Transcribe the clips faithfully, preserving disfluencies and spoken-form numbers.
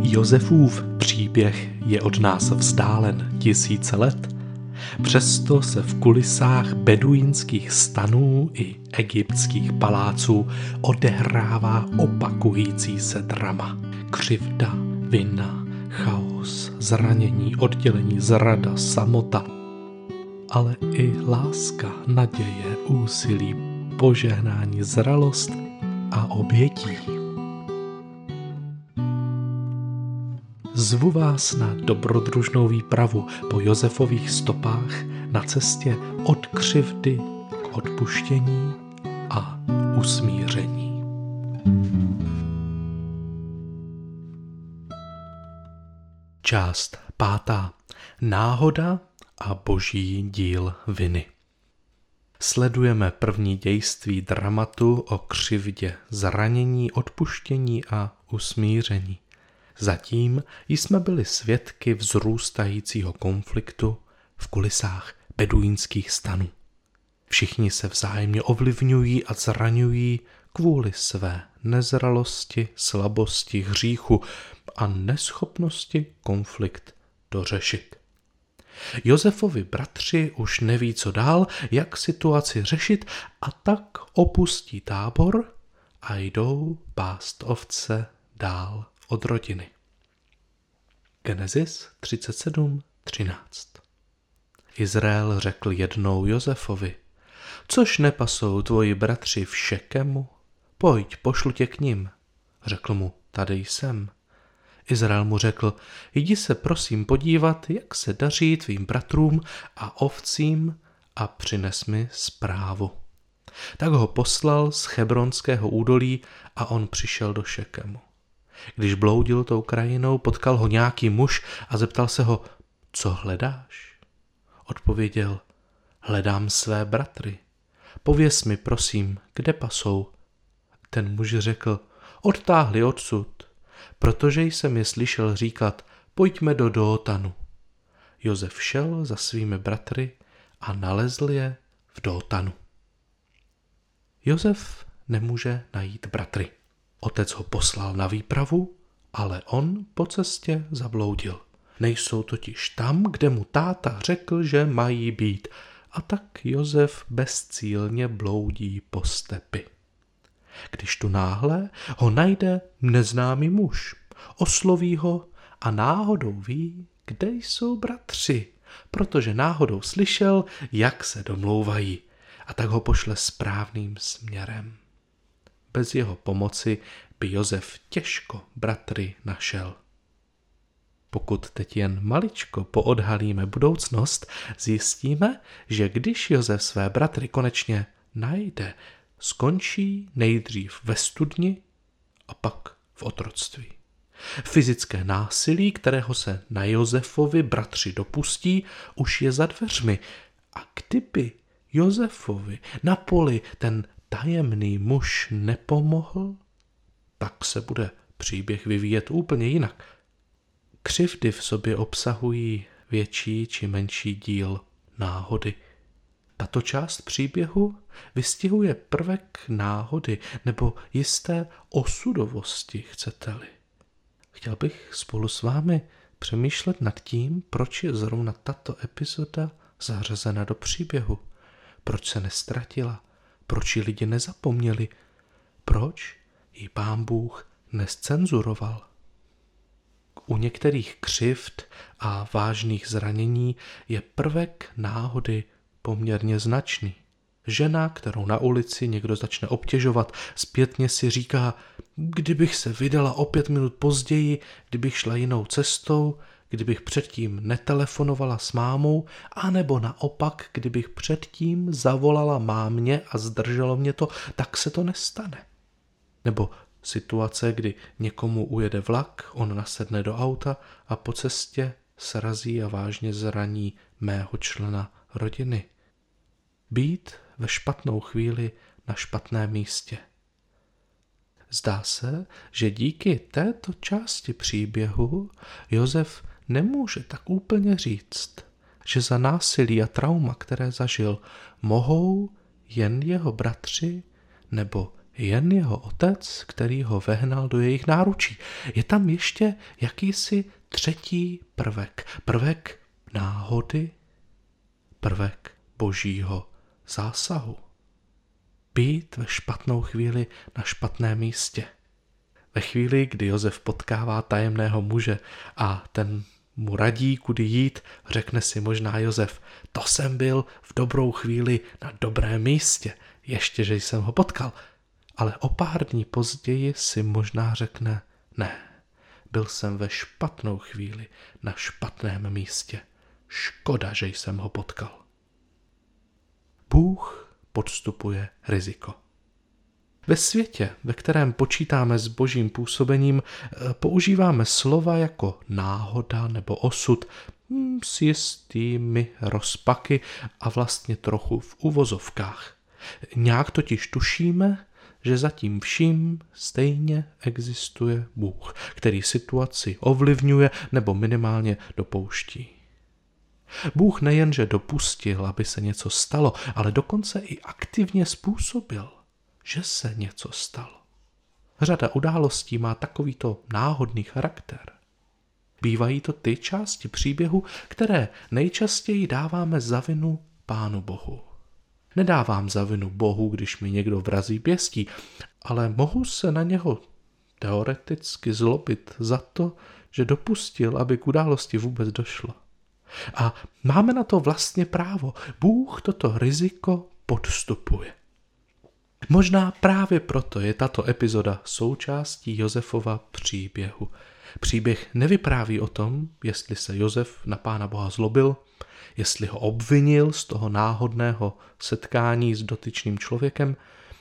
Josefův příběh je od nás vzdálen tisíce let, přesto se v kulisách beduínských stanů i egyptských paláců odehrává opakující se drama. Křivda, vina, chaos, zranění, oddělení, zrada, samota, ale i láska, naděje, úsilí, požehnání, zralost a obětí. Zvu vás na dobrodružnou výpravu po Josefových stopách na cestě od křivdy k odpuštění a usmíření. Část pátá. Náhoda a boží díl viny. Sledujeme první dějství dramatu o křivdě, zranění, odpuštění a usmíření. Zatím jsme byli svědky vzrůstajícího konfliktu v kulisách beduínských stanů. Všichni se vzájemně ovlivňují a zraňují kvůli své nezralosti, slabosti, hříchu a neschopnosti konflikt dořešit. Josefovi bratři už neví, co dál, jak situaci řešit, a tak opustí tábor a jdou pást ovce dál od rodiny. Genesis třicet sedm třináct. Izrael řekl jednou Josefovi: Což nepasou tvoji bratři v Šekemu? Pojď, pošlu tě k nim. Řekl mu: Tady jsem. Izrael mu řekl: Jdi se prosím podívat, jak se daří tvým bratrům a ovcím, a přines mi zprávu. Tak ho poslal z Hebronského údolí a on přišel do Šekemu. Když bloudil tou krajinou, potkal ho nějaký muž a zeptal se ho: Co hledáš? Odpověděl: Hledám své bratry. Pověz mi prosím, kde pasou. Ten muž řekl: Odtáhli odsud, protože jsem je slyšel říkat: Pojďme do Dótanu. Josef šel za svými bratry a nalezl je v Dótanu. Josef nemůže najít bratry. Otec ho poslal na výpravu, ale on po cestě zabloudil. Nejsou totiž tam, kde mu táta řekl, že mají být, a tak Josef bezcílně bloudí po stepi. Když tu náhle ho najde neznámý muž, osloví ho a náhodou ví, kde jsou bratři, protože náhodou slyšel, jak se domlouvají, a tak ho pošle správným směrem. Bez jeho pomoci by Josef těžko bratry našel. Pokud teď jen maličko poodhalíme budoucnost, zjistíme, že když Josef své bratry konečně najde, skončí nejdřív ve studni a pak v otroctví. Fyzické násilí, kterého se na Josefovi bratři dopustí, už je za dveřmi. A kdyby Josefovi na poli ten tajemný muž nepomohl, tak se bude příběh vyvíjet úplně jinak. Křivdy v sobě obsahují větší či menší díl náhody. Tato část příběhu vystihuje prvek náhody nebo jisté osudovosti, chcete-li. Chtěl bych spolu s vámi přemýšlet nad tím, proč je zrovna tato epizoda zařazena do příběhu. Proč se nestratila? Proč ji lidi nezapomněli? Proč ji Pán Bůh nescenzuroval? U některých křivd a vážných zranění je prvek náhody poměrně značný. Žena, kterou na ulici někdo začne obtěžovat, zpětně si říká: kdybych se vydala o pět minut později, kdybych šla jinou cestou, kdybych předtím netelefonovala s mámou, anebo naopak, kdybych předtím zavolala mámě a zdrželo mě to, tak se to nestane. Nebo situace, kdy někomu ujede vlak, on nasedne do auta a po cestě srazí a vážně zraní mého člena rodiny. Být ve špatnou chvíli na špatném místě. Zdá se, že díky této části příběhu Josef nemůže tak úplně říct, že za násilí a trauma, které zažil, mohou jen jeho bratři nebo jen jeho otec, který ho vehnal do jejich náručí. Je tam ještě jakýsi třetí prvek. Prvek náhody, prvek božího zásahu. Být ve špatnou chvíli na špatném místě. Ve chvíli, kdy Josef potkává tajemného muže a ten mu radí, kudy jít, řekne si možná Josef, to jsem byl v dobrou chvíli na dobrém místě, ještě, že jsem ho potkal. Ale o pár dní později si možná řekne, ne, byl jsem ve špatnou chvíli na špatném místě. Škoda, že jsem ho potkal. Bůh podstupuje riziko. Ve světě, ve kterém počítáme s božím působením, používáme slova jako náhoda nebo osud s jistými rozpaky a vlastně trochu v uvozovkách. Nějak totiž tušíme, že za tím vším stejně existuje Bůh, který situaci ovlivňuje nebo minimálně dopouští. Bůh nejenže dopustil, aby se něco stalo, ale dokonce i aktivně způsobil, že se něco stalo. Řada událostí má takovýto náhodný charakter. Bývají to ty části příběhu, které nejčastěji dáváme za vinu Pánu Bohu. Nedávám za vinu Bohu, když mi někdo vrazí pěstí, ale mohu se na něho teoreticky zlobit za to, že dopustil, aby k události vůbec došlo. A máme na to vlastně právo. Bůh toto riziko podstupuje. Možná právě proto je tato epizoda součástí Josefova příběhu. Příběh nevypráví o tom, jestli se Josef na Pána Boha zlobil, jestli ho obvinil z toho náhodného setkání s dotyčným člověkem.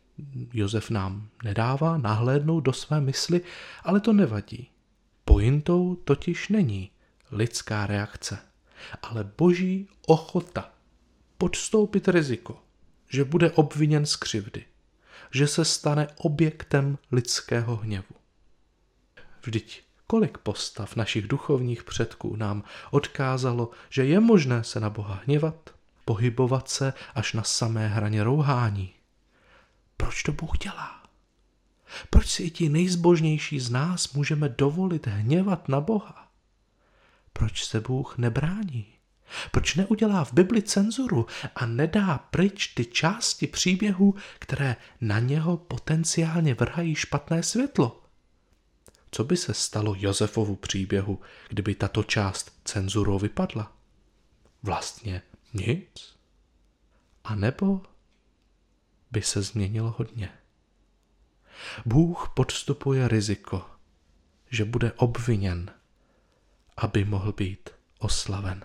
Josef nám nedává nahlédnout do své mysli, ale to nevadí. Pointou totiž není lidská reakce, ale boží ochota podstoupit riziko, že bude obviněn z křivdy, že se stane objektem lidského hněvu. Vždyť kolik postav našich duchovních předků nám odkázalo, že je možné se na Boha hněvat, pohybovat se až na samé hraně rouhání. Proč to Bůh dělá? Proč si i ti nejzbožnější z nás můžeme dovolit hněvat na Boha? Proč se Bůh nebrání? Proč neudělá v Bibli cenzuru a nedá pryč ty části příběhů, které na něho potenciálně vrhají špatné světlo? Co by se stalo Josefovu příběhu, kdyby tato část cenzurou vypadla? Vlastně nic. A nebo by se změnilo hodně. Bůh podstupuje riziko, že bude obviněn, aby mohl být oslaven.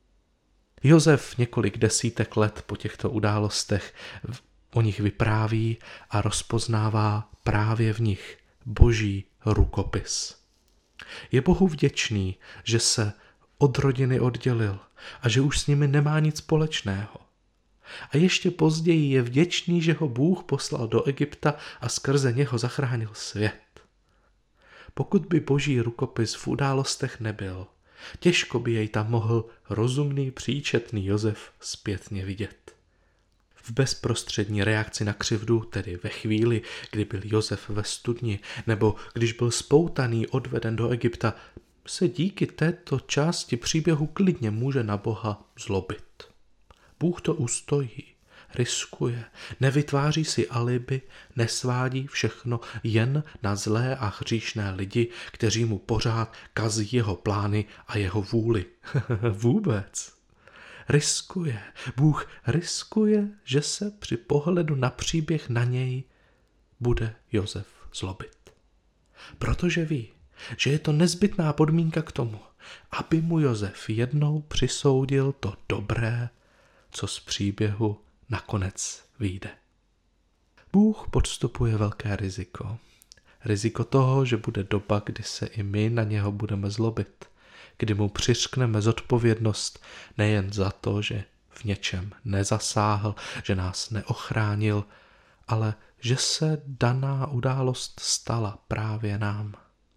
Josef několik desítek let po těchto událostech o nich vypráví a rozpoznává právě v nich boží rukopis. Je Bohu vděčný, že se od rodiny oddělil a že už s nimi nemá nic společného. A ještě později je vděčný, že ho Bůh poslal do Egypta a skrze něho zachránil svět. Pokud by boží rukopis v událostech nebyl, těžko by jej tam mohl rozumný, příčetný Josef zpětně vidět. V bezprostřední reakci na křivdu, tedy ve chvíli, kdy byl Josef ve studni, nebo když byl spoutaný odveden do Egypta, se díky této části příběhu klidně může na Boha zlobit. Bůh to ustojí, riskuje, nevytváří si alibi, nesvádí všechno jen na zlé a hříšné lidi, kteří mu pořád kazí jeho plány a jeho vůli. Vůbec. Riskuje. Bůh riskuje, že se při pohledu na příběh na něj bude Josef zlobit. Protože ví, že je to nezbytná podmínka k tomu, aby mu Josef jednou přisoudil to dobré, co z příběhu nakonec vyjde. Bůh podstupuje velké riziko. Riziko toho, že bude doba, kdy se i my na něho budeme zlobit, kdy mu přiřkneme zodpovědnost nejen za to, že v něčem nezasáhl, že nás neochránil, ale že se daná událost stala právě nám.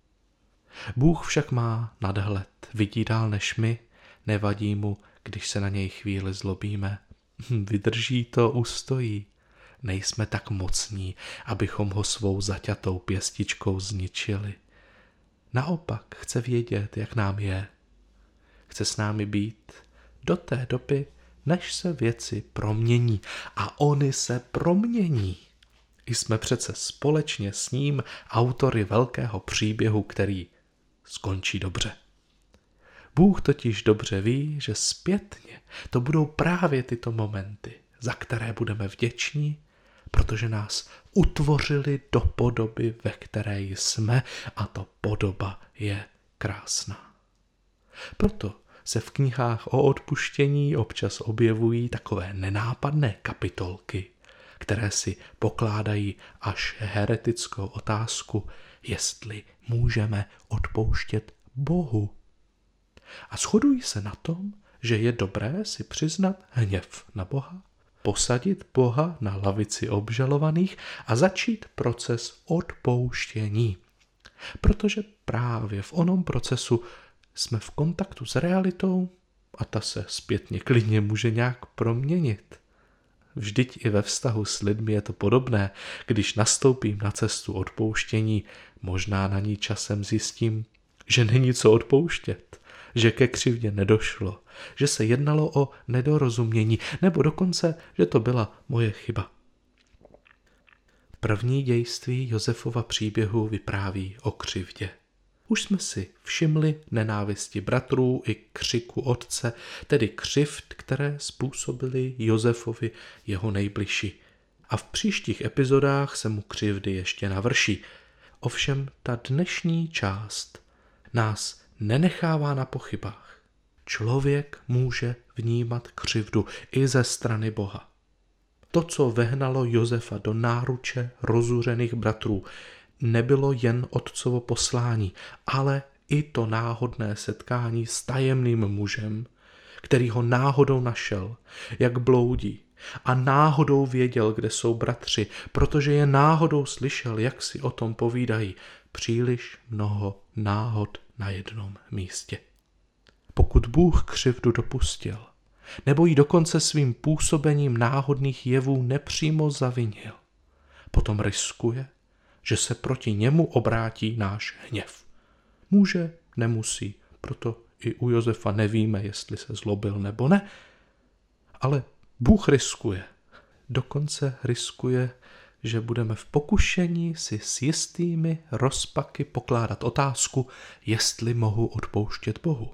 Bůh však má nadhled, vidí dál než my, nevadí mu, když se na něj chvíli zlobíme. Vydrží to, ustojí. nejsme tak mocní, abychom ho svou zaťatou pěstičkou zničili. Naopak chce vědět, jak nám je. Chce s námi být do té doby, než se věci promění. A oni se promění. Jsme přece společně s ním autory velkého příběhu, který skončí dobře. Bůh totiž dobře ví, že zpětně to budou právě tyto momenty, za které budeme vděční, protože nás utvořili do podoby, ve které jsme, a to podoba je krásná. Proto se v knihách o odpuštění občas objevují takové nenápadné kapitolky, které si pokládají až heretickou otázku, jestli můžeme odpouštět Bohu. A shodují se na tom, že je dobré si přiznat hněv na Boha, posadit Boha na lavici obžalovaných a začít proces odpouštění. Protože právě v onom procesu jsme v kontaktu s realitou a ta se zpětně klidně může nějak proměnit. Vždyť i ve vztahu s lidmi je to podobné. Když nastoupím na cestu odpouštění, možná na ní časem zjistím, že není co odpouštět, že ke křivdě nedošlo, že se jednalo o nedorozumění, nebo dokonce, že to byla moje chyba. První dějství Josefova příběhu vypráví o křivdě. Už jsme si všimli nenávisti bratrů i křiku otce, tedy křivd, které způsobili Josefovi jeho nejbližší. A v příštích epizodách se mu křivdy ještě navrší. Ovšem ta dnešní část nás nenechává na pochybách. Člověk může vnímat křivdu i ze strany Boha. To, co vehnalo Josefa do náruče rozuřených bratrů, nebylo jen otcovo poslání, ale i to náhodné setkání s tajemným mužem, který ho náhodou našel, jak bloudí, a náhodou věděl, kde jsou bratři, protože je náhodou slyšel, jak si o tom povídají. Příliš mnoho náhod na jednom místě. Pokud Bůh křivdu dopustil, nebo ji dokonce svým působením náhodných jevů nepřímo zavinil, potom riskuje, že se proti němu obrátí náš hněv. Může, nemusí, proto i u Josefa nevíme, jestli se zlobil nebo ne, ale Bůh riskuje. Dokonce riskuje, že budeme v pokušení si s jistými rozpaky pokládat otázku, jestli mohu odpouštět Bohu.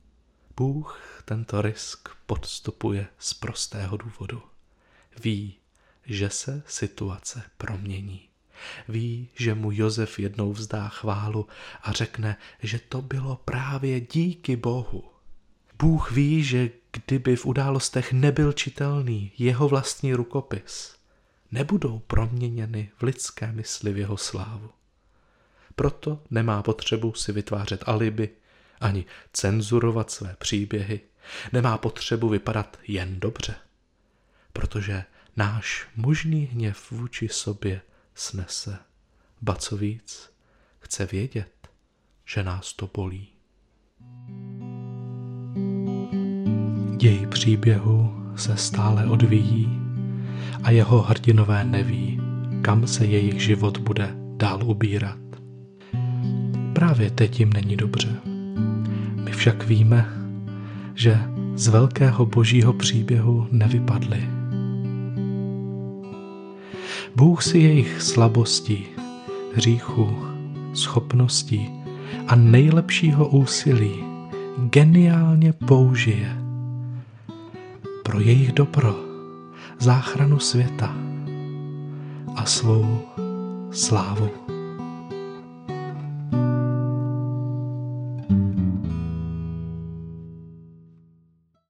Bůh tento risk podstupuje z prostého důvodu. Ví, že se situace promění. Ví, že mu Josef jednou vzdá chválu a řekne, že to bylo právě díky Bohu. Bůh ví, že kdyby v událostech nebyl čitelný jeho vlastní rukopis, nebudou proměněny v lidské mysli v jeho slávu. Proto nemá potřebu si vytvářet alibi, ani cenzurovat své příběhy, nemá potřebu vypadat jen dobře, protože náš možný hněv vůči sobě snese. Ba co víc, chce vědět, že nás to bolí. Děj příběhu se stále odvíjí a jeho hrdinové neví, kam se jejich život bude dál ubírat. Právě teď jim není dobře. My však víme, že z velkého božího příběhu nevypadli. Bůh si jejich slabostí, hříchů, schopností a nejlepšího úsilí geniálně použije pro jejich dobro, záchranu světa a svou slávu.